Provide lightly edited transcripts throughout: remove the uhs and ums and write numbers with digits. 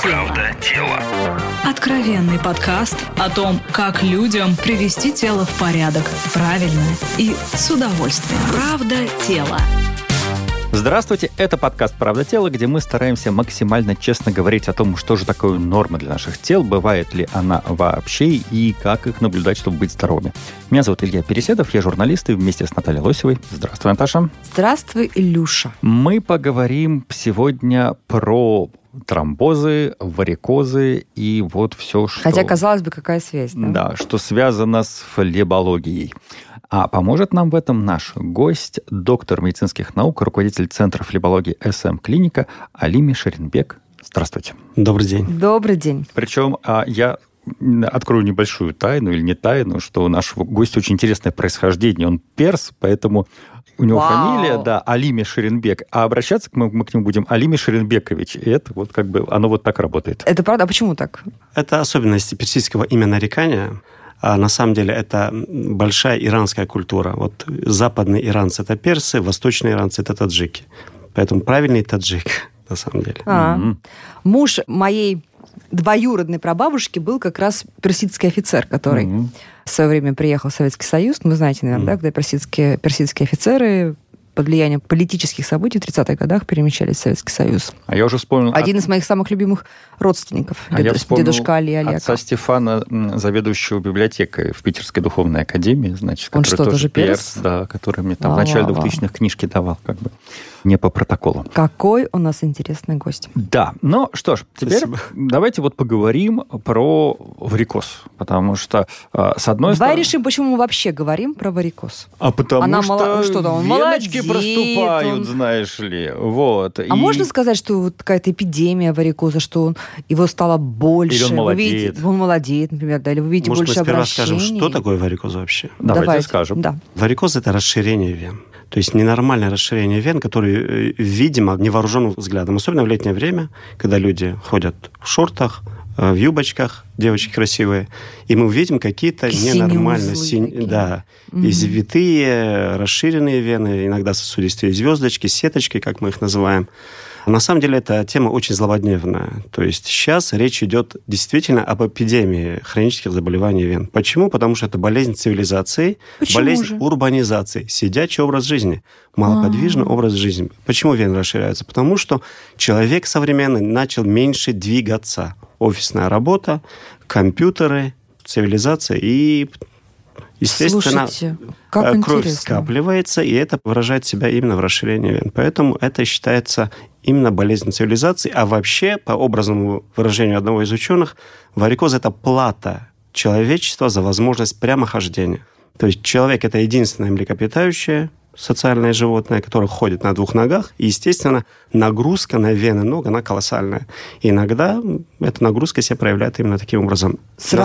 Правда тело. Откровенный подкаст о том, как людям привести тело в порядок правильно и с удовольствием. Правда тело. Здравствуйте, это подкаст «Правда тела», где мы стараемся максимально честно говорить о том, что же такое норма для наших тел, бывает ли она вообще и как их наблюдать, чтобы быть здоровыми. Меня зовут Илья Переседов, я журналист, и вместе с Натальей Лосевой. Здравствуй, Наташа. Здравствуй, Илюша. Мы поговорим сегодня про тромбозы, варикозы и вот все, что... Хотя, казалось бы, какая связь, да? Да, что связано с флебологией. А поможет нам в этом наш гость, доктор медицинских наук, руководитель Центра флебологии СМ-клиника Алими Шеренбек. Здравствуйте. Добрый день. Добрый день. Причем я открою небольшую тайну или не тайну, что у нашего гостя очень интересное происхождение. Он перс, поэтому у него фамилия, да, Алими Шеренбек. А обращаться мы к нему будем Алими Шеренбекович. И это вот как бы, оно вот так работает. Это правда? А почему так? Это особенность персидского именорекания. А на самом деле это большая иранская культура. Вот западные иранцы – это персы, восточные иранцы – это таджики. Поэтому правильный таджик, на самом деле. Муж моей двоюродной прабабушки был как раз персидский офицер, который в свое время приехал в Советский Союз. Вы знаете, наверное, да, когда персидские офицеры под влиянием политических событий в 30-х годах перемещались в Советский Союз. А я уже вспомнил... Один из моих самых любимых родственников, дедушка Али Алиаков. Отца Стефана, заведующего библиотекой в Питерской духовной академии, значит, он который что, тоже перс? Да, который мне там в начале 2000-х книжки давал, как бы, не по протоколу. Какой у нас интересный гость. Да, ну что ж, теперь давайте вот поговорим про варикоз, потому что, с одной стороны... Давай решим, почему мы вообще говорим про варикоз. А потому он веночки проступают, знаешь ли, вот. А можно сказать, что вот какая-то эпидемия варикоза, что его стало больше? Или он молодеет. Он молодеет, например, да, или вы видите Может, больше мы сперва обращений? скажем, что такое варикоз вообще? Давайте скажем. Да. Варикоз – это расширение вен. То есть ненормальное расширение вен, которое, видимо, невооруженным взглядом, особенно в летнее время, когда люди ходят в шортах, в юбочках, девочки красивые, и мы увидим какие-то ненормальные, извитые, расширенные вены, иногда сосудистые звездочки, сеточки, как мы их называем. На самом деле, эта тема очень злободневная. То есть сейчас речь идет действительно об эпидемии хронических заболеваний вен. Почему? Потому что это болезнь цивилизации, болезнь урбанизации, сидячий образ жизни, малоподвижный образ жизни. Почему вены расширяются? Потому что человек современный начал меньше двигаться. Офисная работа, компьютеры, цивилизация и... Естественно, слушайте, кровь скапливается, и это выражает себя именно в расширении вен. Поэтому это считается именно болезнь цивилизации. А вообще, по образному выражению одного из ученых, варикоз – это плата человечества за возможность прямохождения. То есть человек – это единственное млекопитающее, социальное животное, которое ходит на двух ногах, и, естественно, нагрузка на вены ног, она колоссальная. И иногда эта нагрузка себя проявляет именно таким образом.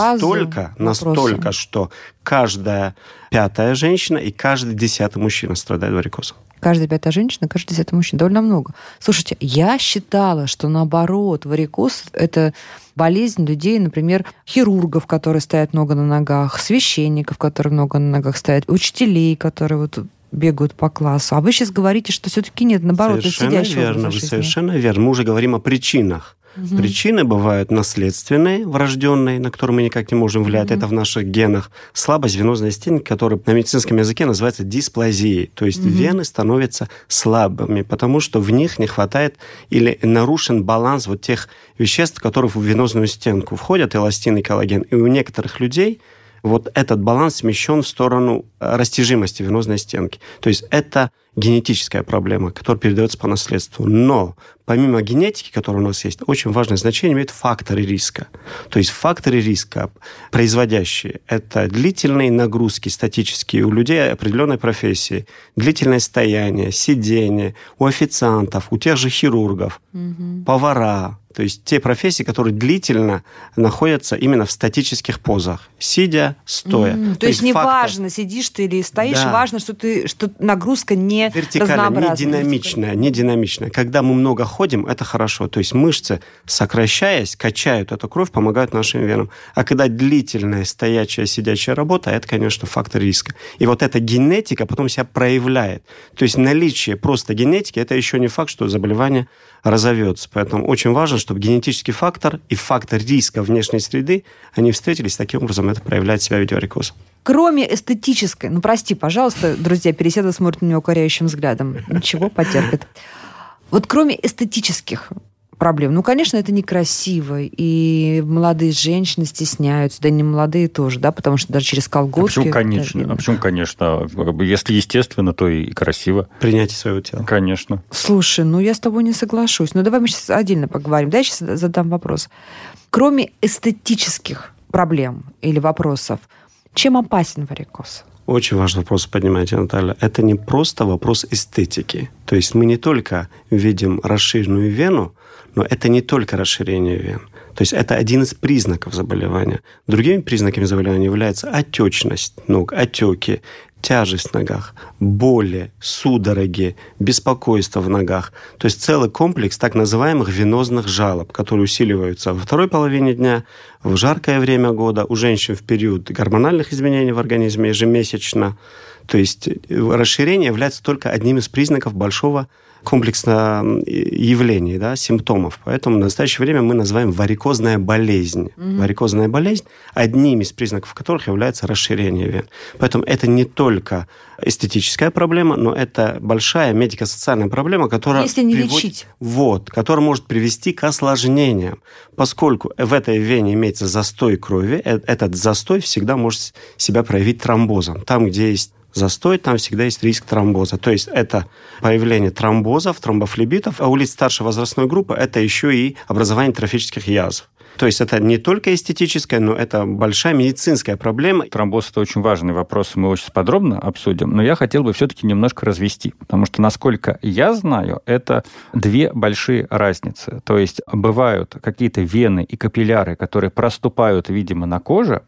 Настолько, что каждая пятая женщина и каждый 10-й мужчина страдает варикозом. Каждая пятая женщина, каждый 10-й мужчина. Довольно много. Слушайте, я считала, что наоборот, варикоз – это болезнь людей, например, хирургов, которые стоят много на ногах, священников, которые много на ногах стоят, учителей, которые вот бегают по классу. А вы сейчас говорите, что все-таки нет, наоборот, это сидящий образ жизни. Совершенно верно. Мы уже говорим о причинах. Причины бывают наследственные, врожденные, на которые мы никак не можем влиять. Это в наших генах. Слабость венозной стенки, которая на медицинском языке называется дисплазией. То есть вены становятся слабыми, потому что в них не хватает или нарушен баланс вот тех веществ, которые в венозную стенку входят, эластин и коллаген. И у некоторых людей вот этот баланс смещен в сторону растяжимости венозной стенки. То есть это генетическая проблема, которая передается по наследству. Но помимо генетики, которая у нас есть, очень важное значение имеют факторы риска. То есть факторы риска, производящие, это длительные нагрузки статические у людей определенной профессии, длительное стояние, сидение, у официантов, у тех же хирургов, повара. То есть те профессии, которые длительно находятся именно в статических позах. Сидя, стоя. То есть неважно, сидишь ты или стоишь, важно, что нагрузка не вертикальная, не динамичная. Когда мы много ходим, это хорошо. То есть мышцы, сокращаясь, качают эту кровь, помогают нашим венам. А когда длительная стоячая, сидячая работа, это, конечно, фактор риска. И вот эта генетика потом себя проявляет. То есть наличие просто генетики, это еще не факт, что заболевание разовьется. Поэтому очень важно, чтобы генетический фактор и фактор риска внешней среды, они встретились, таким образом это проявляет себя в виде варикоза. Кроме эстетической, прости, пожалуйста, друзья, Переседа смотрит на меня укоряющим взглядом. Ничего, потерпит. Вот кроме эстетических проблем, конечно, это некрасиво, и молодые женщины стесняются, да и не молодые тоже, да, потому что даже через колготки... Почему, конечно? Если естественно, то и красиво. Принятие своего тела. Конечно. Слушай, я с тобой не соглашусь. Давай мы сейчас отдельно поговорим. Да, я сейчас задам вопрос. Кроме эстетических проблем или вопросов, чем опасен варикоз? Очень важный вопрос поднимаете, Наталья. Это не просто вопрос эстетики. То есть мы не только видим расширенную вену, но это не только расширение вен. То есть это один из признаков заболевания. Другими признаками заболевания является отечность ног, отеки, тяжесть в ногах, боли, судороги, беспокойство в ногах. То есть целый комплекс так называемых венозных жалоб, которые усиливаются во второй половине дня, в жаркое время года, у женщин в период гормональных изменений в организме ежемесячно. То есть расширение является только одним из признаков большого комплекса явлений, да, симптомов. Поэтому в настоящее время мы называем варикозная болезнь. Варикозная болезнь, одним из признаков которых является расширение вен. Поэтому это не только эстетическая проблема, но это большая медико-социальная проблема, которая, если не лечить. Которая может привести к осложнениям. Поскольку в этой вене имеется застой крови, этот застой всегда может себя проявить тромбозом. Там, где есть застой, там всегда есть риск тромбоза. То есть это появление тромбозов, тромбофлебитов, а у лиц старшей возрастной группы это еще и образование трофических язв. То есть это не только эстетическая, но это большая медицинская проблема. Тромбоз – это очень важный вопрос, мы его сейчас подробно обсудим, но я хотел бы все-таки немножко развести, потому что, насколько я знаю, это две большие разницы. То есть бывают какие-то вены и капилляры, которые проступают, видимо, на коже,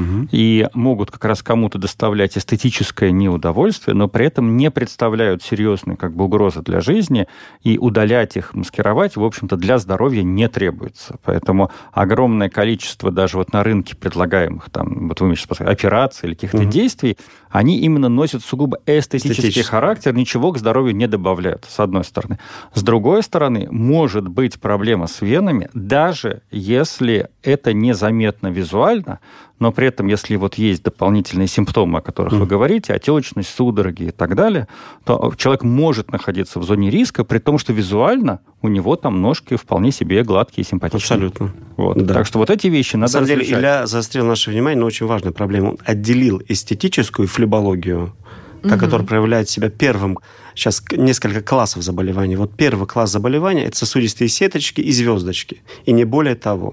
и могут как раз кому-то доставлять эстетическое неудовольствие, но при этом не представляют серьезной угрозы для жизни, и удалять их, маскировать, в общем-то, для здоровья не требуется. Поэтому огромное количество даже на рынке предлагаемых вы сейчас сказали, операций или каких-то действий, они именно носят сугубо эстетический характер, ничего к здоровью не добавляют, с одной стороны. С другой стороны, может быть проблема с венами, даже если это незаметно визуально, но при этом, если есть дополнительные симптомы, о которых вы говорите, отечность, судороги и так далее, то человек может находиться в зоне риска, при том, что визуально у него ножки вполне себе гладкие и симпатичные. Абсолютно. Да. Так что эти вещи надо различать. На самом деле, Илья заострил наше внимание на очень важную проблему. Он отделил эстетическую флебологию, которая проявляет себя первым. Сейчас несколько классов заболеваний. Первый класс заболевания – это сосудистые сеточки и звездочки. И не более того.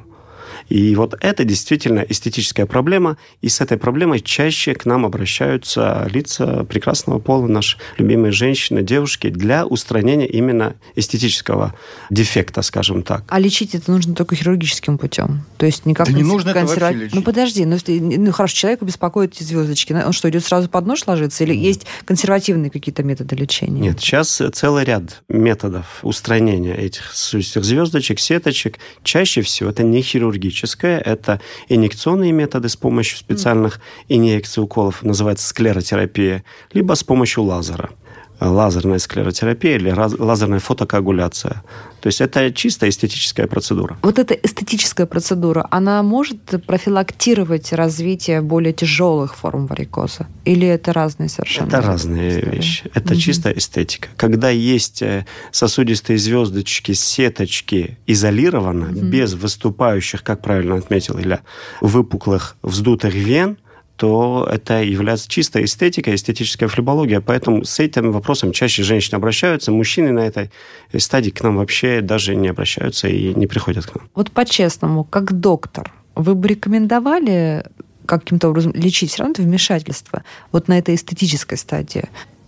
И это действительно эстетическая проблема, и с этой проблемой чаще к нам обращаются лица прекрасного пола, наши любимые женщины, девушки, для устранения именно эстетического дефекта, скажем так. А лечить это нужно только хирургическим путем? То есть никак не нужно это вообще лечить. Подожди, хорошо, человека беспокоят эти звездочки, он что, идет сразу под нож ложиться, или есть консервативные какие-то методы лечения? Нет, сейчас целый ряд методов устранения этих сосудистых звездочек, сеточек. Чаще всего это не хирургическое, это инъекционные методы с помощью специальных инъекций уколов, называется склеротерапия, либо с помощью лазера. Лазерная склеротерапия или лазерная фотокоагуляция. То есть это чисто эстетическая процедура. Эта эстетическая процедура, она может профилактировать развитие более тяжелых форм варикоза? Или это разные совершенно? Это разные вещи. Это чисто эстетика. Когда есть сосудистые звездочки, сеточки изолированно, без выступающих, как правильно отметил Илья, выпуклых, вздутых вен, то это является чистой эстетикой, эстетическая флебология. Поэтому с этим вопросом чаще женщины обращаются. Мужчины на этой стадии к нам вообще даже не обращаются и не приходят к нам. По-честному, как доктор, вы бы рекомендовали каким-то образом лечить все равно это вмешательство на этой эстетической стадии?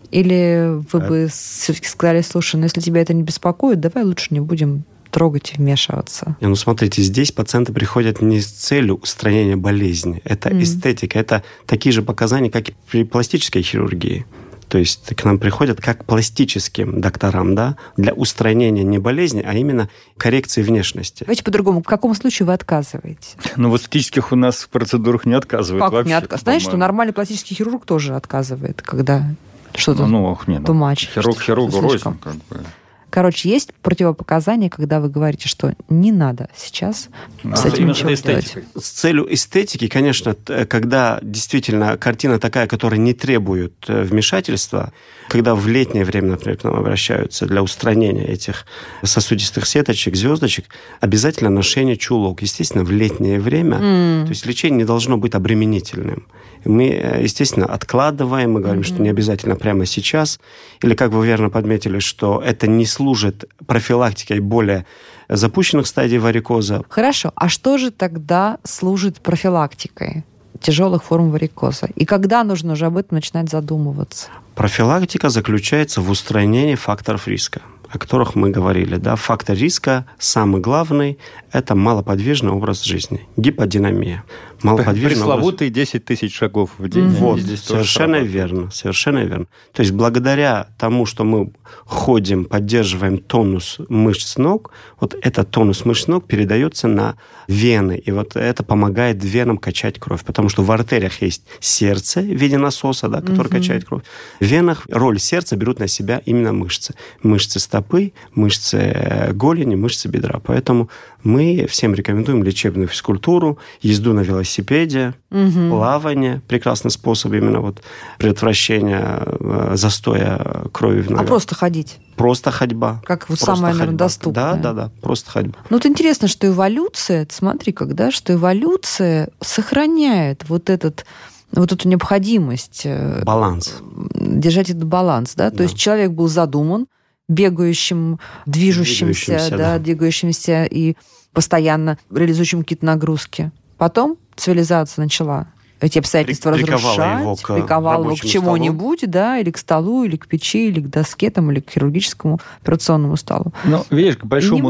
Или вы бы все-таки сказали, слушай, если тебя это не беспокоит, давай лучше не будем трогать и вмешиваться? Смотрите, здесь пациенты приходят не с целью устранения болезни. Это эстетика, это такие же показания, как и при пластической хирургии. То есть к нам приходят как к пластическим докторам, для устранения не болезни, а именно коррекции внешности. Давайте по-другому. В каком случае вы отказываете? В эстетических у нас процедурах не отказывают как вообще. Не отказывают? Знаешь, что нормальный пластический хирург тоже отказывает, когда что-то too much. Хирург хирургу рознь. Короче, есть противопоказания, когда вы говорите, что не надо сейчас с этим ничего делать. С целью эстетики, конечно, когда действительно картина такая, которая не требует вмешательства, когда в летнее время, например, к нам обращаются для устранения этих сосудистых сеточек, звездочек, обязательно ношение чулок. Естественно, в летнее время, то есть лечение не должно быть обременительным. Мы, естественно, откладываем, мы говорим, что не обязательно прямо сейчас. Или, как вы верно подметили, что это не служит профилактикой более запущенных стадий варикоза. Хорошо. А что же тогда служит профилактикой тяжелых форм варикоза? И когда нужно уже об этом начинать задумываться? Профилактика заключается в устранении факторов риска, о которых мы говорили. Да? Фактор риска, самый главный, это малоподвижный образ жизни, гиподинамия. Пресловутые 10 тысяч шагов в день. Вот, совершенно верно. То есть благодаря тому, что мы ходим, поддерживаем тонус мышц ног, вот этот тонус мышц ног передается на вены, и вот это помогает венам качать кровь, потому что в артериях есть сердце в виде насоса, да, который качает кровь. В венах роль сердца берут на себя именно мышцы. Мышцы стопы, мышцы голени, мышцы бедра. Поэтому мы всем рекомендуем лечебную физкультуру, езду на велосипеде, плавание, прекрасный способ именно вот предотвращения застоя крови в ногах. А просто ходить? Просто ходьба. Как вот самое, наверное, доступное. Да, просто ходьба. Ну, вот интересно, что эволюция, смотри, когда, что эволюция сохраняет вот эту необходимость... Баланс. Держать этот баланс, да? То есть человек был задуман бегающим, двигающимся и постоянно реализующим какие-то нагрузки. Потом цивилизация начала эти обстоятельства разрушать, приковала его к чему-нибудь, да, или к столу, или к печи, или к доске, там, или к хирургическому операционному столу. Но, видишь, к большому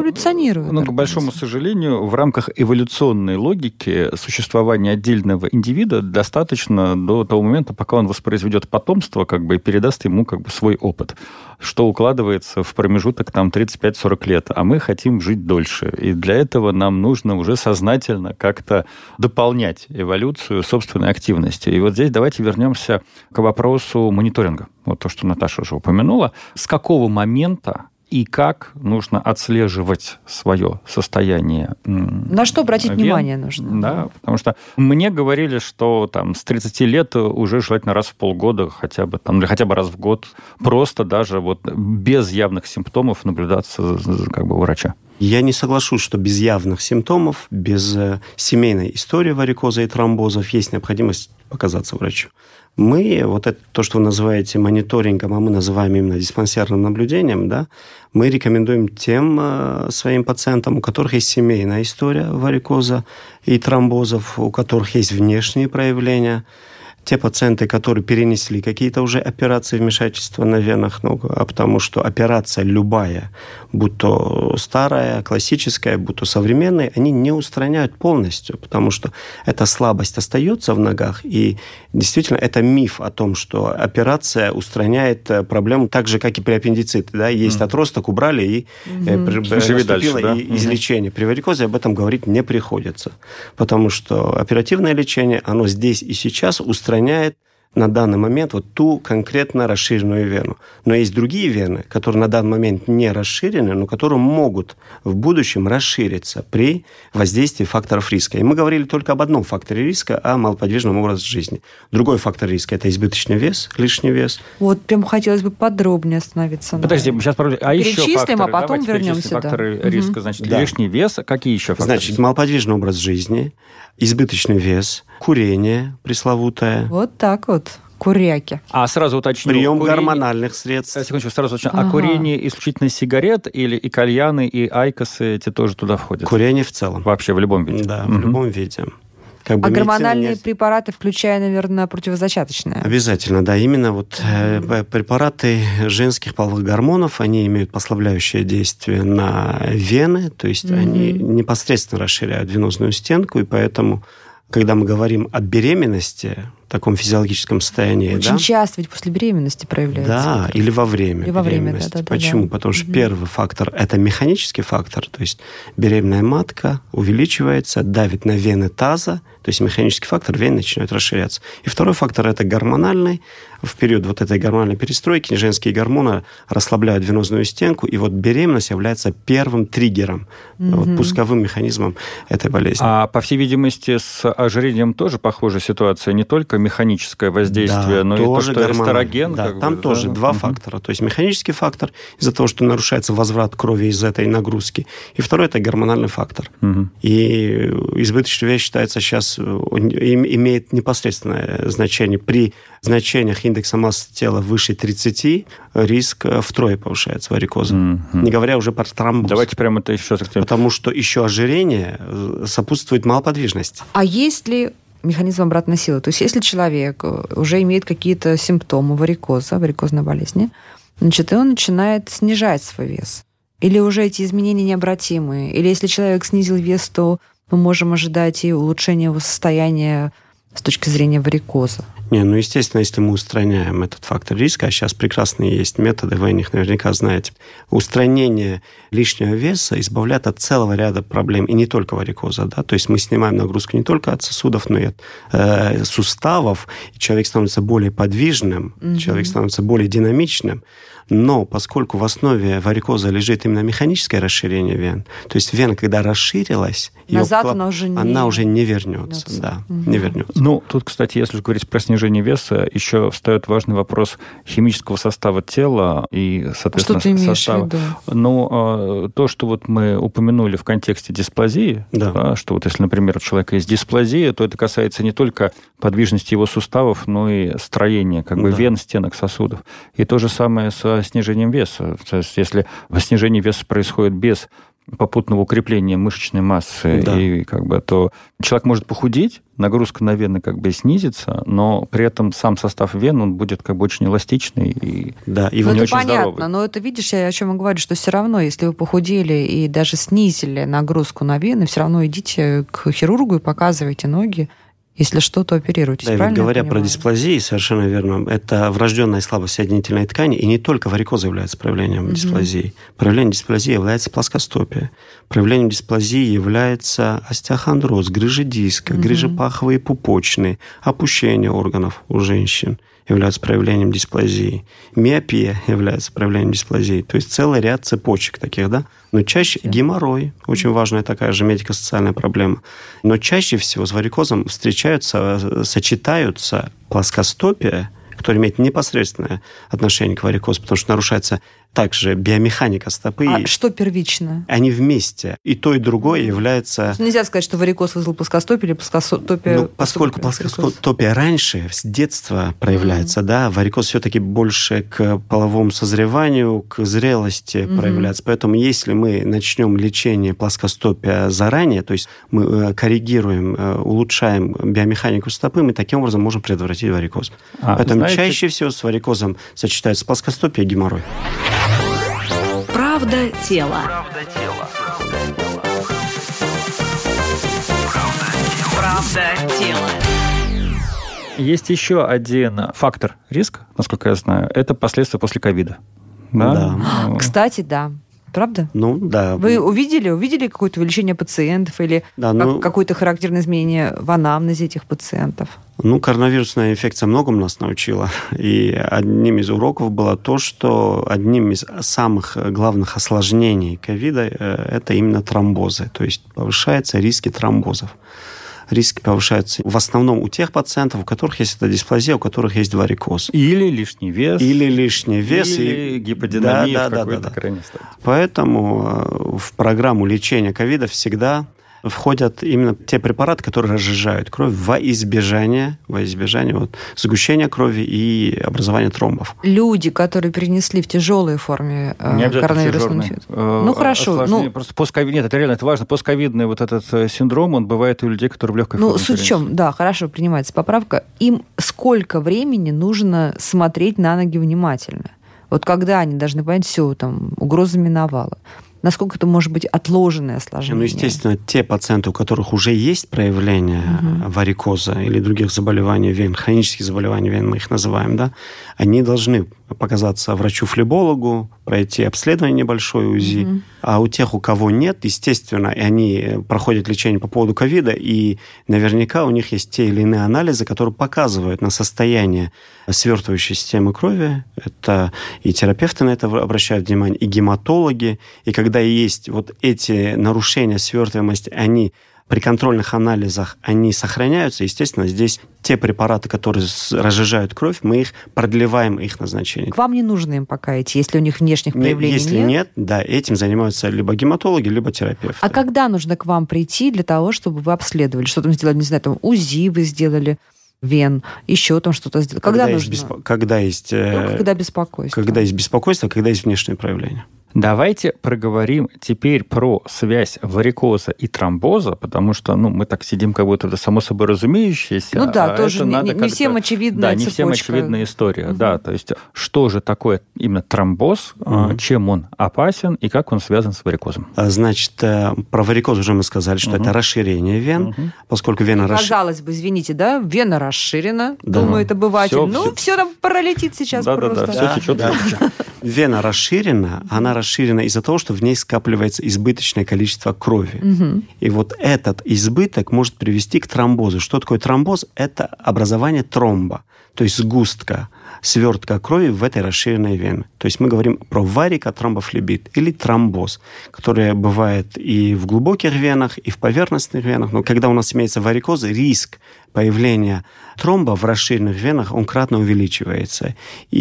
сожалению, в рамках эволюционной логики существования отдельного индивида достаточно до того момента, пока он воспроизведет потомство, как бы, и передаст ему, как бы, свой опыт, что укладывается в промежуток там 35-40 лет, а мы хотим жить дольше. И для этого нам нужно уже сознательно как-то дополнять эволюцию собственной активностью. И вот здесь давайте вернемся к вопросу мониторинга. Вот то, что Наташа уже упомянула. С какого момента и как нужно отслеживать свое состояние? На что обратить внимание нужно? Да, потому что мне говорили, что там с 30 лет уже желательно раз в полгода, хотя бы раз в год, просто даже вот без явных симптомов наблюдаться как бы у врача. Я не соглашусь, что без явных симптомов, без семейной истории варикоза и тромбозов есть необходимость показаться врачу. Мы, вот это то, что вы называете мониторингом, а мы называем именно диспансерным наблюдением, да, мы рекомендуем тем своим пациентам, у которых есть семейная история варикоза и тромбозов, у которых есть внешние проявления, те пациенты, которые перенесли какие-то уже операции вмешательства на венах ног, потому что операция любая, будь то старая, классическая, будь то современная, они не устраняют полностью, потому что эта слабость остается в ногах, и действительно это миф о том, что операция устраняет проблему так же, как и при аппендиците. Да? Есть отросток, убрали, и наступило излечение. При варикозе об этом говорить не приходится, потому что оперативное лечение, оно здесь и сейчас устраняет на данный момент вот ту конкретно расширенную вену. Но есть другие вены, которые на данный момент не расширены, но которые могут в будущем расшириться при воздействии факторов риска. И мы говорили только об одном факторе риска, о малоподвижном образе жизни. Другой фактор риска – это избыточный вес, лишний вес. Вот прям хотелось бы подробнее остановиться. Подожди, мы сейчас перечислим, а потом вернемся. Факторы риска, значит, лишний вес. Какие еще факторы? Значит, малоподвижный образ жизни, избыточный вес, курение пресловутое. Вот так вот. Куряки. А сразу уточню. Прием гормональных средств. Секундочку, сразу уточню. А курение исключительно сигарет или и кальяны, и айкосы, эти тоже туда входят? Курение в целом. Вообще в любом виде? Да, в любом виде. Как бы гормональные препараты, включая, наверное, противозачаточные? Обязательно, да. Именно вот препараты женских половых гормонов, они имеют послабляющее действие на вены, то есть они непосредственно расширяют венозную стенку, и поэтому, когда мы говорим о беременности, таком физиологическом состоянии. Очень часто ведь после беременности проявляется. Да, или во время беременности. Да. Почему? Потому что первый фактор – это механический фактор, то есть беременная матка увеличивается, давит на вены таза, то есть механический фактор, вены начинают расширяться. И второй фактор – это гормональный. В период вот этой гормональной перестройки женские гормоны расслабляют венозную стенку, и вот беременность является первым триггером, вот, пусковым механизмом этой болезни. А, по всей видимости, с ожирением тоже похожая ситуация. Не только механическое воздействие, но и то, что эстроген. Да, там тоже два фактора. То есть механический фактор из-за того, что нарушается возврат крови из этой нагрузки. И второй – это гормональный фактор. И избыточный вес считается сейчас, имеет непосредственное значение. При значениях индекса массы тела выше 30 риск втрое повышается варикоза. Не говоря уже про тромбоз. Давайте прямо это еще... Потому что еще ожирение сопутствует малоподвижности. А есть ли механизм обратной силы? То есть если человек уже имеет какие-то симптомы варикоза, варикозной болезни, значит, и он начинает снижать свой вес. Или уже эти изменения необратимые? Или если человек снизил вес, то мы можем ожидать и улучшения его состояния с точки зрения варикоза? Естественно, если мы устраняем этот фактор риска, а сейчас прекрасные есть методы, вы о них наверняка знаете, устранение лишнего веса избавляет от целого ряда проблем, и не только варикоза, да, то есть мы снимаем нагрузку не только от сосудов, но и от суставов, и человек становится более подвижным, человек становится более динамичным. Но поскольку в основе варикоза лежит именно механическое расширение вен, то есть вена, когда расширилась, назад она уже не вернется. Да, не вернется. Тут, кстати, если говорить про снижение веса, еще встает важный вопрос химического состава тела и, соответственно, что ты имеешь состава. в виду? То, что вот мы упомянули в контексте дисплазии, да, что вот если, например, у человека есть дисплазия, то это касается не только подвижности его суставов, но и строения вен, стенок сосудов. И то же самое с снижением веса. То есть, если снижение веса происходит без попутного укрепления мышечной массы, и то человек может похудеть, нагрузка на вены снизится, но при этом сам состав вен, он будет очень эластичный и не очень это понятно, здоровый. Но это, видишь, я о чем я говорю, что все равно, если вы похудели и даже снизили нагрузку на вены, все равно идите к хирургу и показывайте ноги. Если что, то оперируйтесь. Да, ведь говоря про дисплазии, совершенно верно, это врожденная слабость соединительной ткани, и не только варикоза является проявлением дисплазии. Проявлением дисплазии является плоскостопие. Проявлением дисплазии является остеохондроз, грыжи диска, грыжи паховые и пупочные, опущение органов у женщин являются проявлением дисплазии. Миопия является проявлением дисплазии. То есть целый ряд цепочек таких, да? Но чаще геморрой, очень важная такая же медико-социальная проблема. Но чаще всего с варикозом сочетаются плоскостопия, которая имеет непосредственное отношение к варикозу, потому что нарушается также биомеханика стопы. А что первично? Они вместе. И то, и другое является... Нельзя сказать, что варикоз вызвал плоскостопие или плоскостопие... Поскольку плоскостопие раньше, с детства проявляется, да, варикоз все-таки больше к половому созреванию, к зрелости проявляется. Поэтому если мы начнем лечение плоскостопия заранее, то есть мы коррегируем, улучшаем биомеханику стопы, мы таким образом можем предотвратить варикоз. Поэтому чаще всего с варикозом сочетаются плоскостопие и геморрой. Правда тела. Правда тела. Есть еще один фактор риска, насколько я знаю, это последствия после ковида. Да? Кстати, да. Правда? Да. Вы увидели какое-то увеличение пациентов или какое-то характерное изменение в анамнезе этих пациентов? Коронавирусная инфекция многому нас научила. И одним из уроков было то, что одним из самых главных осложнений ковида это именно тромбозы. То есть повышаются риски тромбозов. Риски повышаются в основном у тех пациентов, у которых есть эта дисплазия, у которых есть варикоз. Или лишний вес. Или гиподинамия в какой-то крайней стадии. Поэтому в программу лечения ковида всегда входят именно те препараты, которые разжижают кровь во избежание сгущения крови и образования тромбов. Люди, которые перенесли в тяжелой форме коронавирусную инфекцию. Хорошо. Просто постковид, это важно. Постковидный этот синдром, он бывает у людей, которые в легкой форме. Суть в чем? Да, хорошо, принимается поправка. Им сколько времени нужно смотреть на ноги внимательно? Когда они должны понять, все, угроза миновала. насколько это может быть отложенное осложнение? Ну, естественно, те пациенты, у которых уже есть проявление варикоза или других заболеваний вен, хронических заболеваний вен, мы их называем, да, они должны показаться врачу-флебологу, пройти обследование небольшое УЗИ. А у тех, у кого нет, естественно, и они проходят лечение по поводу ковида, и наверняка у них есть те или иные анализы, которые показывают на состояние свертывающей системы крови. Это и терапевты на это обращают внимание, и гематологи. И когда есть вот эти нарушения свертываемости, они при контрольных анализах они сохраняются. Естественно, здесь те препараты, которые разжижают кровь, мы их продлеваем, их назначение. К вам не нужно им пока идти, если у них внешних проявлений нет? Если нет, да, этим занимаются либо гематологи, либо терапевты. А когда нужно к вам прийти для того, чтобы вы обследовали? Что там сделали? Не знаю, там УЗИ вы сделали вен, еще там что-то сделали. Когда нужно? Когда есть беспокойство. Когда есть беспокойство, когда есть внешние проявления. Давайте проговорим теперь про связь варикоза и тромбоза, потому что мы так сидим, как будто это само собой разумеющееся. Ну да, тоже не всем очевидная цепочка. Да, не всем очевидная история. Да, то есть что же такое именно тромбоз, чем он опасен и как он связан с варикозом? Значит, про варикоз уже мы сказали, что это расширение вен, поскольку вена расширена. Казалось бы, извините, да, вена расширена, думает обыватель. Все там пролетит сейчас просто. Да, все течет. Вена расширена, она расширена из-за того, что в ней скапливается избыточное количество крови. И вот этот избыток может привести к тромбозу. Что такое тромбоз? Это образование тромба, то есть сгустка, свертка крови в этой расширенной вене. То есть мы говорим про варикотромбофлебит или тромбоз, который бывает и в глубоких венах, и в поверхностных венах. Но когда у нас имеется варикоз, риск появления тромба в расширенных венах, он кратно увеличивается.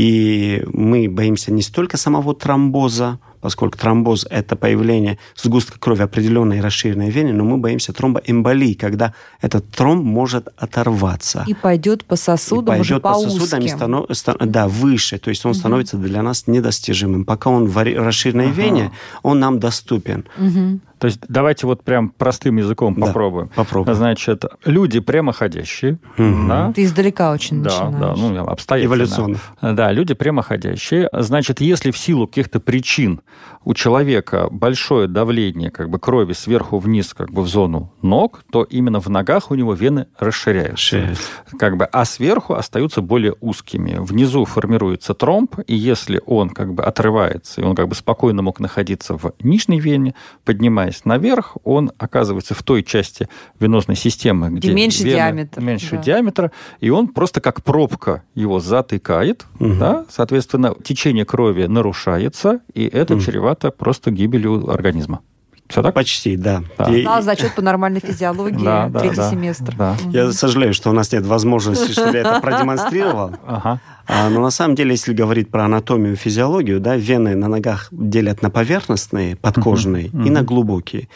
И мы боимся не столько самого тромбоза, поскольку тромбоз – это появление сгустка крови определенной расширенной вены, но мы боимся тромбоэмболии, когда этот тромб может оторваться. И пойдет по сосудам уже по узким. Да, выше. То есть он становится для нас недостижимым. Пока он в расширенной вене, он нам доступен. То есть давайте вот прям простым языком попробуем. Попробуем. Значит, люди прямоходящие. Да? Ты издалека очень начинаешь. Да, обстоятельно. Эволюционно. Да, люди прямоходящие. Значит, если в силу каких-то причин у человека большое давление крови сверху вниз в зону ног, то именно в ногах у него вены расширяются. А сверху остаются более узкими. Внизу формируется тромб, и если он отрывается, и он спокойно мог находиться в нижней вене, поднимаясь наверх, он оказывается в той части венозной системы, где меньше диаметра, и он просто как пробка его затыкает, да? Соответственно, течение крови нарушается, и это чревато просто гибелью организма. Все так? Почти, да. Сдал зачет по нормальной физиологии, третий семестр. Я сожалею, что у нас нет возможности, чтобы я это продемонстрировал. Но на самом деле, если говорить про анатомию и физиологию, да, вены на ногах делят на поверхностные, подкожные, и на глубокие.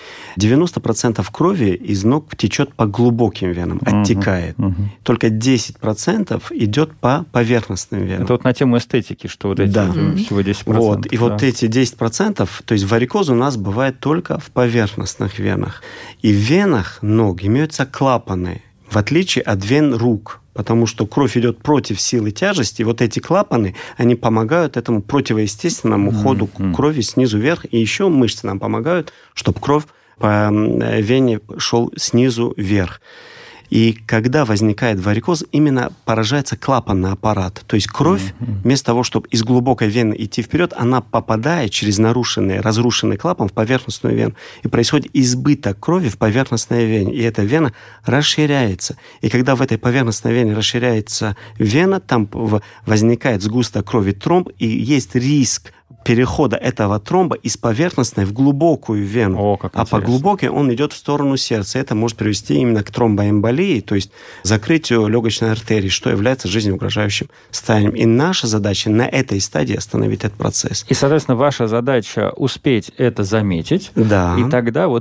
90% крови из ног течет по глубоким венам, оттекает. Только 10% идет по поверхностным венам. Это вот на тему эстетики, что вот эти всего 10%. И вот эти 10%, то есть варикоз у нас бывает только в поверхностных венах. И в венах ног имеются клапаны, в отличие от вен рук. Потому что кровь идет против силы тяжести, и вот эти клапаны, они помогают этому противоестественному ходу крови снизу вверх, и еще мышцы нам помогают, чтобы кровь по вене шел снизу вверх. И когда возникает варикоз, именно поражается клапанный аппарат. То есть кровь, вместо того, чтобы из глубокой вены идти вперед, она попадает через разрушенный клапан в поверхностную вену. И происходит избыток крови в поверхностной вене. И эта вена расширяется. И когда в этой поверхностной вене расширяется вена, там возникает сгусток крови, тромб, и есть риск перехода этого тромба из поверхностной в глубокую вену. А по глубокой он идет в сторону сердца. Это может привести именно к тромбоэмболии, то есть закрытию легочной артерии, что является жизнеугрожающим состоянием. И наша задача на этой стадии остановить этот процесс. И, соответственно, ваша задача успеть это заметить, и тогда вот этот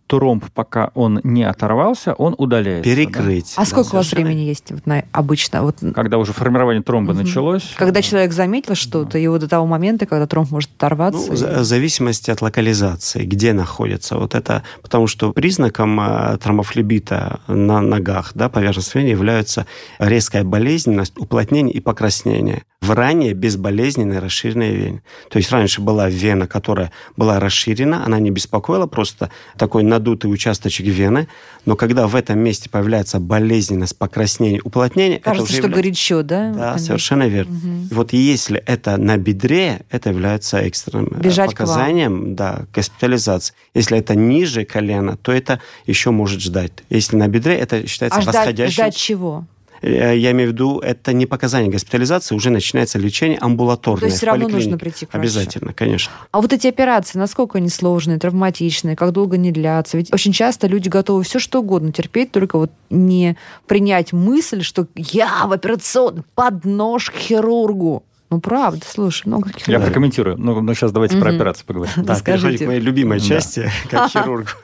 тромб, пока он не оторвался, он удаляется. Перекрыть. А сколько у вас времени есть обычно? Когда уже формирование тромба началось? Когда человек заметил что-то, и вот до того момента, когда тромб может оторваться? В зависимости от локализации, где находится. Вот это, потому что признаком тромбофлебита на ногах, да, поверхностной вены, являются резкая болезненность, уплотнение и покраснение в ранее безболезненной расширенной вене. То есть раньше была вена, которая была расширена, она не беспокоила, просто такой надутый участочек вены, но когда в этом месте появляется болезненность, покраснение, уплотнение... Кажется, это уже что горячо, да? Да, совершенно верно. Угу. Вот если это на бедре, это является экстренным показанием госпитализации. Если это ниже колена, то это еще может ждать. Если на бедре, это считается восходящим... ждать чего? Я имею в виду, это не показание госпитализации, уже начинается лечение амбулаторное. То есть все равно нужно прийти к врачу? Обязательно, конечно. А вот эти операции, насколько они сложные, травматичные, как долго они длятся? Ведь очень часто люди готовы все что угодно терпеть, только вот не принять мысль, что я в операционной под нож к хирургу. Ну, правда, слушай, много хирургов. Я прокомментирую. Ну, сейчас давайте про операцию поговорим. Да, переходим к моей любимой части, как хирург.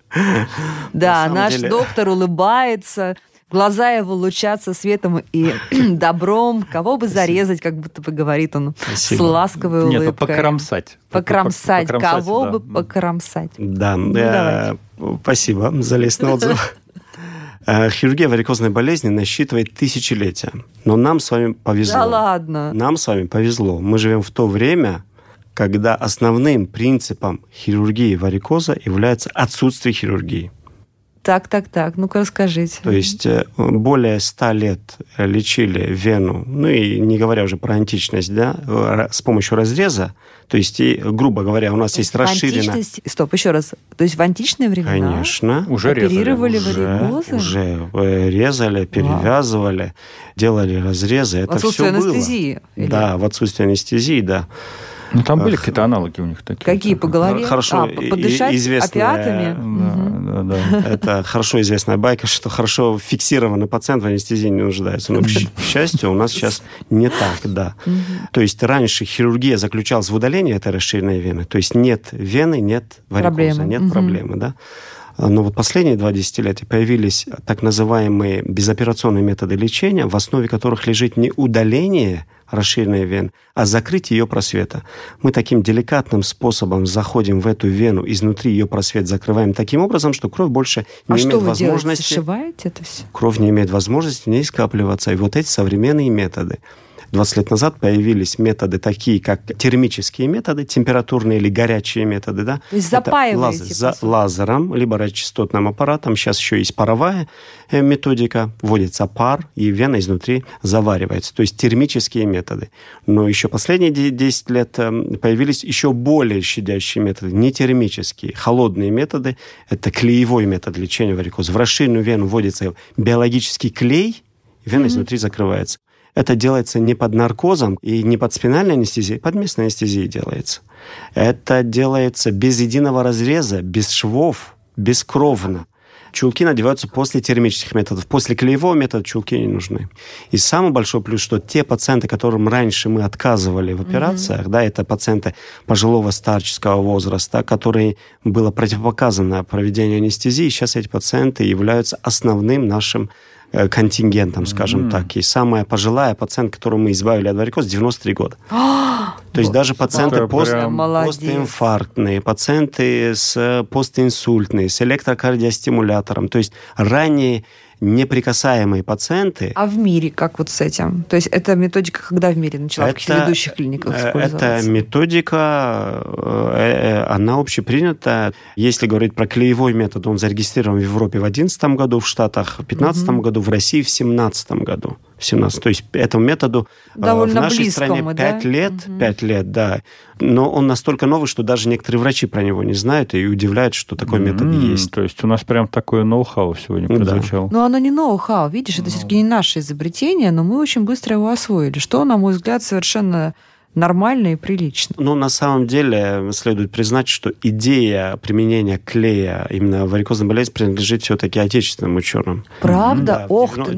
Да, наш доктор улыбается, глаза его лучатся светом и добром. Кого бы зарезать, как будто бы говорит он с ласковой улыбкой. Нет, покромсать. Покромсать. Кого бы покромсать. Да, спасибо за лестный отзыв. Хирургия варикозной болезни насчитывает тысячелетия. Но нам с вами повезло. Да ладно. Нам с вами повезло. Мы живем в то время, когда основным принципом хирургии варикоза является отсутствие хирургии. Так. Ну-ка расскажите. То есть более 100 лет лечили вену, ну и не говоря уже про античность, да, с помощью разреза. То есть, грубо говоря, у нас есть расширенная... Стоп, еще раз. То есть в античные времена конечно, уже оперировали варикозы? Уже резали, перевязывали, делали разрезы. Это в отсутствие все было. Анестезии? Или? Да, в отсутствие анестезии, да. Ну, там были какие-то аналоги у них такие. Какие, по голове? Хорошо подышать известная, опиатами? Да. Это хорошо известная байка, что хорошо фиксированный пациент в анестезии не нуждается. Но, к счастью, у нас сейчас не так, да. То есть раньше хирургия заключалась в удалении этой расширенной вены. То есть нет вены, нет варикоза, нет проблемы, да. Но вот последние 2 десятилетия появились так называемые безоперационные методы лечения, в основе которых лежит не удаление расширенной вены, а закрытие ее просвета. Мы таким деликатным способом заходим в эту вену, изнутри ее просвет закрываем таким образом, что кровь больше не имеет возможности... А что вы делаете? Зашиваете это все? Кровь не имеет возможности в ней скапливаться. И вот эти современные методы. 20 лет назад появились методы такие, как термические методы, температурные или горячие методы. Да? То есть запаиваете? Лазером, либо радиочастотным аппаратом. Сейчас еще есть паровая методика. Вводится пар, и вена изнутри заваривается. То есть термические методы. Но еще последние 10 лет появились еще более щадящие методы, не термические, холодные методы. Это клеевой метод лечения варикоза. В расширенную вену вводится биологический клей, и вена изнутри закрывается. Это делается не под наркозом и не под спинальной анестезией, под местной анестезией делается. Это делается без единого разреза, без швов, бескровно. Чулки надеваются после термических методов. После клеевого метода чулки не нужны. И самый большой плюс, что те пациенты, которым раньше мы отказывали в операциях, да, это пациенты пожилого старческого возраста, которые было противопоказано проведение анестезии, сейчас эти пациенты являются основным нашим контингентом, скажем так. И самая пожилая пациентка, которую мы избавили от варикоза, 93 года. То есть даже пациенты постинфарктные, пациенты с постинсультные, с электрокардиостимулятором. То есть ранее неприкасаемые пациенты. А в мире как вот с этим? То есть эта методика когда в мире начала в каких-то ведущих клиниках использоваться? Эта методика, она общепринята. Если говорить про клеевой метод, он зарегистрирован в Европе в 2011 году, в Штатах в 2015 году, в России в 2017 году. То есть этому методу довольно в нашей стране 5 лет, 5 лет, да. Но он настолько новый, что даже некоторые врачи про него не знают и удивляют, что такой метод есть. То есть у нас прям такое ноу-хау сегодня прозвучало. Но оно не ноу-хау, видишь, это все-таки не наше изобретение, но мы очень быстро его освоили, что, на мой взгляд, совершенно нормально и прилично. Ну, на самом деле, следует признать, что идея применения клея именно в варикозной болезни принадлежит все-таки отечественным ученым. Правда? Да, Ох ты! В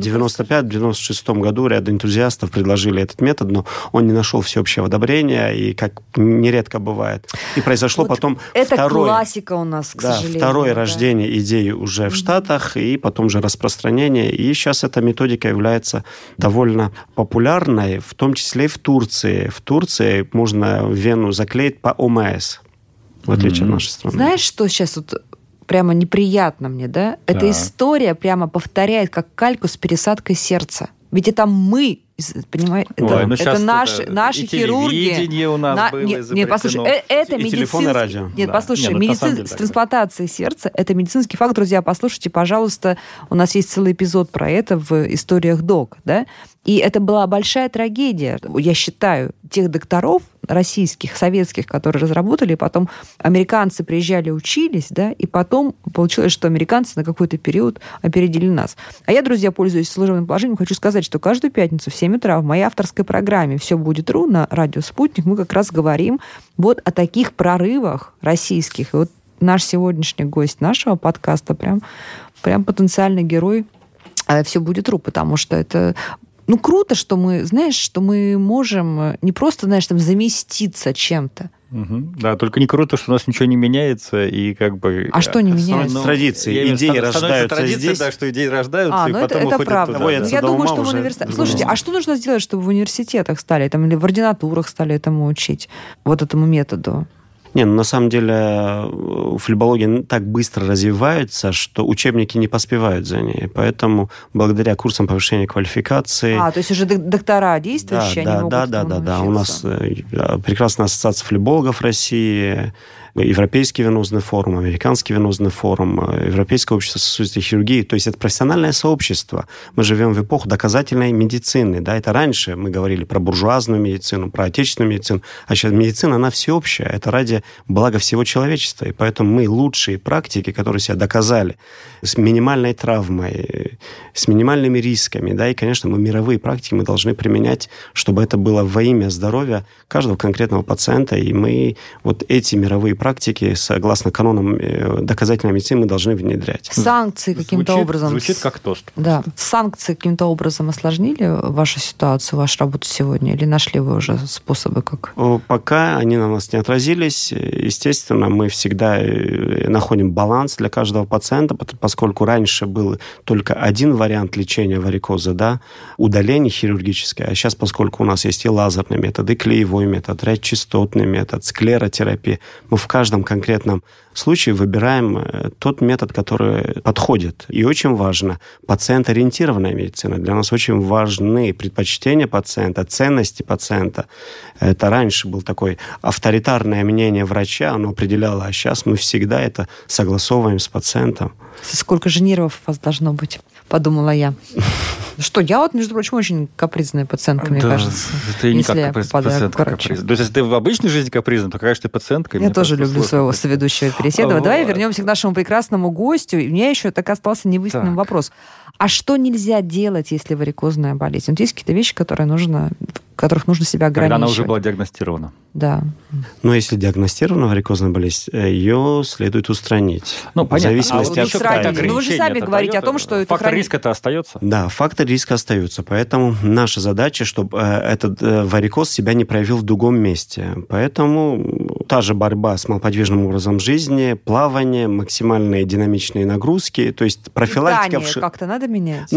95-96 году ряд энтузиастов предложили этот метод, но он не нашел всеобщего одобрения, и, как нередко бывает, и произошло вот потом это классика у нас, к сожалению. Второе рождение идеи уже в Штатах, и потом же распространение. И сейчас эта методика является довольно популярной, в том числе и в Турции. В Турции можно вену заклеить по ОМС, в отличие от нашей страны. Знаешь, что сейчас вот прямо неприятно мне, да? Эта история прямо повторяет как кальку с пересадкой сердца. Ведь это мы, понимаете, это наши хирурги. У нас было нет, послушай, это медицинский... телефон и радио. Нет, послушай, с трансплантацией сердца, это медицинский факт. Друзья, послушайте, пожалуйста, у нас есть целый эпизод про это в историях ДОК, да? И это была большая трагедия, я считаю, тех докторов российских, советских, которые разработали, потом американцы приезжали, учились, да, и потом получилось, что американцы на какой-то период опередили нас. А я, друзья, пользуясь служебным положением, хочу сказать, что каждую пятницу в 7 утра в моей авторской программе «Все будет РУ» на радио «Спутник» мы как раз говорим вот о таких прорывах российских. И вот наш сегодняшний гость нашего подкаста прям потенциальный герой «Все будет РУ», потому что это... Ну, круто, что мы, знаешь, что мы можем не просто, знаешь, там, заместиться чем-то. Да, только не круто, что у нас ничего не меняется, и как бы... А что не меняется? Традиции, идеи рождаются здесь. Да, что идеи рождаются, и потом это правда. туда. Я думаю, что в университетах... Слушайте, а что нужно сделать, чтобы в университетах стали, там, или в ординатурах стали этому учить, вот этому методу? Не, ну на самом деле флебология так быстро развивается, что учебники не поспевают за ней. Поэтому благодаря курсам повышения квалификации... то есть уже доктора действующие, они могут этому Да. У нас прекрасная ассоциация флебологов России, Европейский венозный форум, Американский венозный форум, Европейское общество сосудистой хирургии. То есть это профессиональное сообщество. Мы живем в эпоху доказательной медицины. Да? Это раньше мы говорили про буржуазную медицину, про отечественную медицину. А сейчас медицина, она всеобщая. Это ради блага всего человечества. И поэтому мы лучшие практики, которые себя доказали, с минимальной травмой, с минимальными рисками. Да? И, конечно, мы мировые практики мы должны применять, чтобы это было во имя здоровья каждого конкретного пациента. И мы вот эти мировые практики, согласно канонам доказательной медицины, мы должны внедрять. Санкции каким-то образом... Звучит как тост. Да. Санкции каким-то образом осложнили вашу ситуацию, вашу работу сегодня? Или нашли вы уже способы, как... Пока они на нас не отразились. Естественно, мы всегда находим баланс для каждого пациента, поскольку раньше был только один вариант лечения варикоза, да, удаление хирургическое, а сейчас, поскольку у нас есть и лазерный метод, и клеевой метод, радиочастотный метод, склеротерапия, мы в каждом конкретном случае выбираем тот метод, который подходит. И очень важно, пациент-ориентированная медицина. Для нас очень важны предпочтения пациента, ценности пациента. Это раньше было такое авторитарное мнение врача, оно определяло, а сейчас мы всегда это согласовываем с пациентом. Сколько же нервов у вас должно быть, подумала я. Что, я вот, между прочим, очень капризная пациентка, мне кажется. Ты не как пациентка капризная. То есть, если ты в обычной жизни капризна, то, конечно, ты пациентка. Я тоже люблю своего соведущего Переседова. Давай вернемся к нашему прекрасному гостю. У меня еще так остался невыясненным вопрос. А что нельзя делать, если варикозная болезнь? Вот есть какие-то вещи, которых нужно себя ограничивать. Когда она уже была диагностирована. Да. Но если диагностирована варикозная болезнь, ее следует устранить. Ну, понятно. В зависимости от состояния. Вы же сами говорите о том, что это фактор риска-то остается. Да, фактор риска остается. Поэтому наша задача, чтобы этот варикоз себя не проявил в другом месте. Поэтому та же борьба с малоподвижным образом жизни, плавание, максимальные динамичные нагрузки, то есть профилактика... Питание как-то надо менять?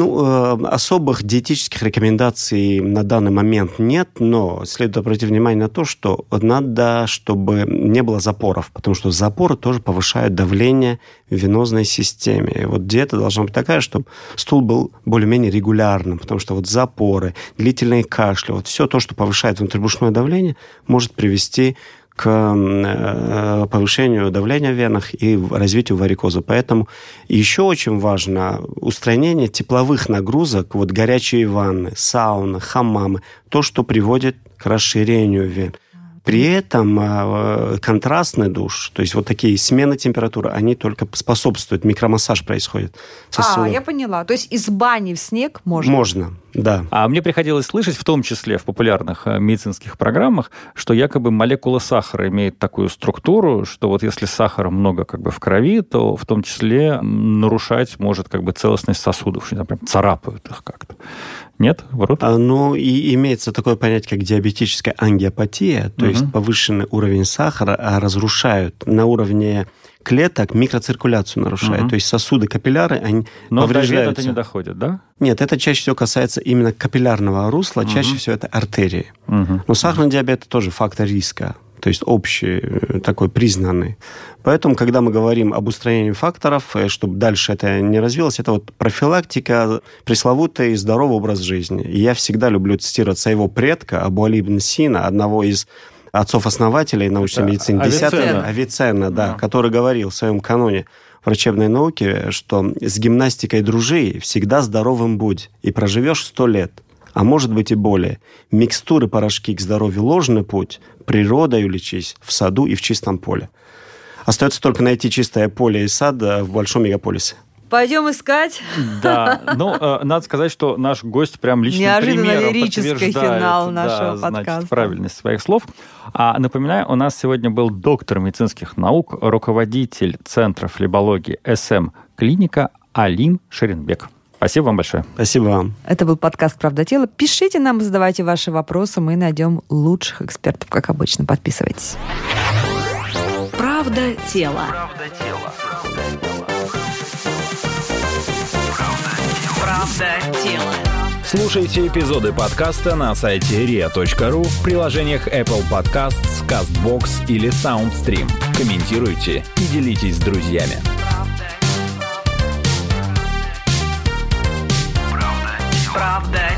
Особых диетических рекомендаций на данный момент нет, но следует обратить внимание на то, что надо, чтобы не было запоров, потому что запоры тоже повышают давление в венозной системе. И вот диета должна быть такая, чтобы стул был более-менее регулярным, потому что вот запоры, длительные кашли, вот все то, что повышает внутрибрюшное давление, может привести к повышению давления в венах и развитию варикоза. Поэтому еще очень важно устранение тепловых нагрузок, вот горячие ванны, сауны, хаммамы, то, что приводит к расширению вен. При этом контрастный душ, то есть вот такие смены температуры, они только способствуют, микромассаж происходит. Я поняла. То есть из бани в снег можно? Можно, да. А мне приходилось слышать, в том числе в популярных медицинских программах, что якобы молекула сахара имеет такую структуру, что вот если сахара много как бы в крови, то в том числе нарушать может как бы целостность сосудов, что прям царапают их как-то. Нет? Врут? И имеется такое понятие, как диабетическая ангиопатия, то есть повышенный уровень сахара разрушают на уровне клеток, микроциркуляцию нарушает. То есть сосуды, капилляры, они повреждаются. Но до вен это не доходит, да? Нет, это чаще всего касается именно капиллярного русла, чаще всего это артерии. Но сахарный диабет тоже фактор риска, то есть общий, такой признанный. Поэтому, когда мы говорим об устранении факторов, чтобы дальше это не развилось, это вот профилактика, пресловутый здоровый образ жизни. И я всегда люблю цитировать своего предка Абу-Али ибн Сина, одного из отцов-основателей научной медицины, Авиценна, да, который говорил в своем каноне врачебной науки, что с гимнастикой дружи всегда здоровым будь, и проживешь 100 лет. А может быть и более. Микстуры, порошки к здоровью ложный путь, природою лечись в саду и в чистом поле. Остается только найти чистое поле и сад в большом мегаполисе. Пойдем искать. Да, надо сказать, что наш гость прям личным примером лирический финал нашего подкаста. Правильность своих слов. Напоминаю, у нас сегодня был доктор медицинских наук, руководитель Центра флебологии СМ-клиника Алим Шеренбек. Спасибо вам большое. Спасибо вам. Это был подкаст «Правда тела». Пишите нам, задавайте ваши вопросы. Мы найдем лучших экспертов, как обычно. Подписывайтесь. «Правда тела». «Правда тела». Слушайте эпизоды подкаста на сайте ria.ru, в приложениях Apple Podcasts, CastBox или SoundStream. Комментируйте и делитесь с друзьями. Правда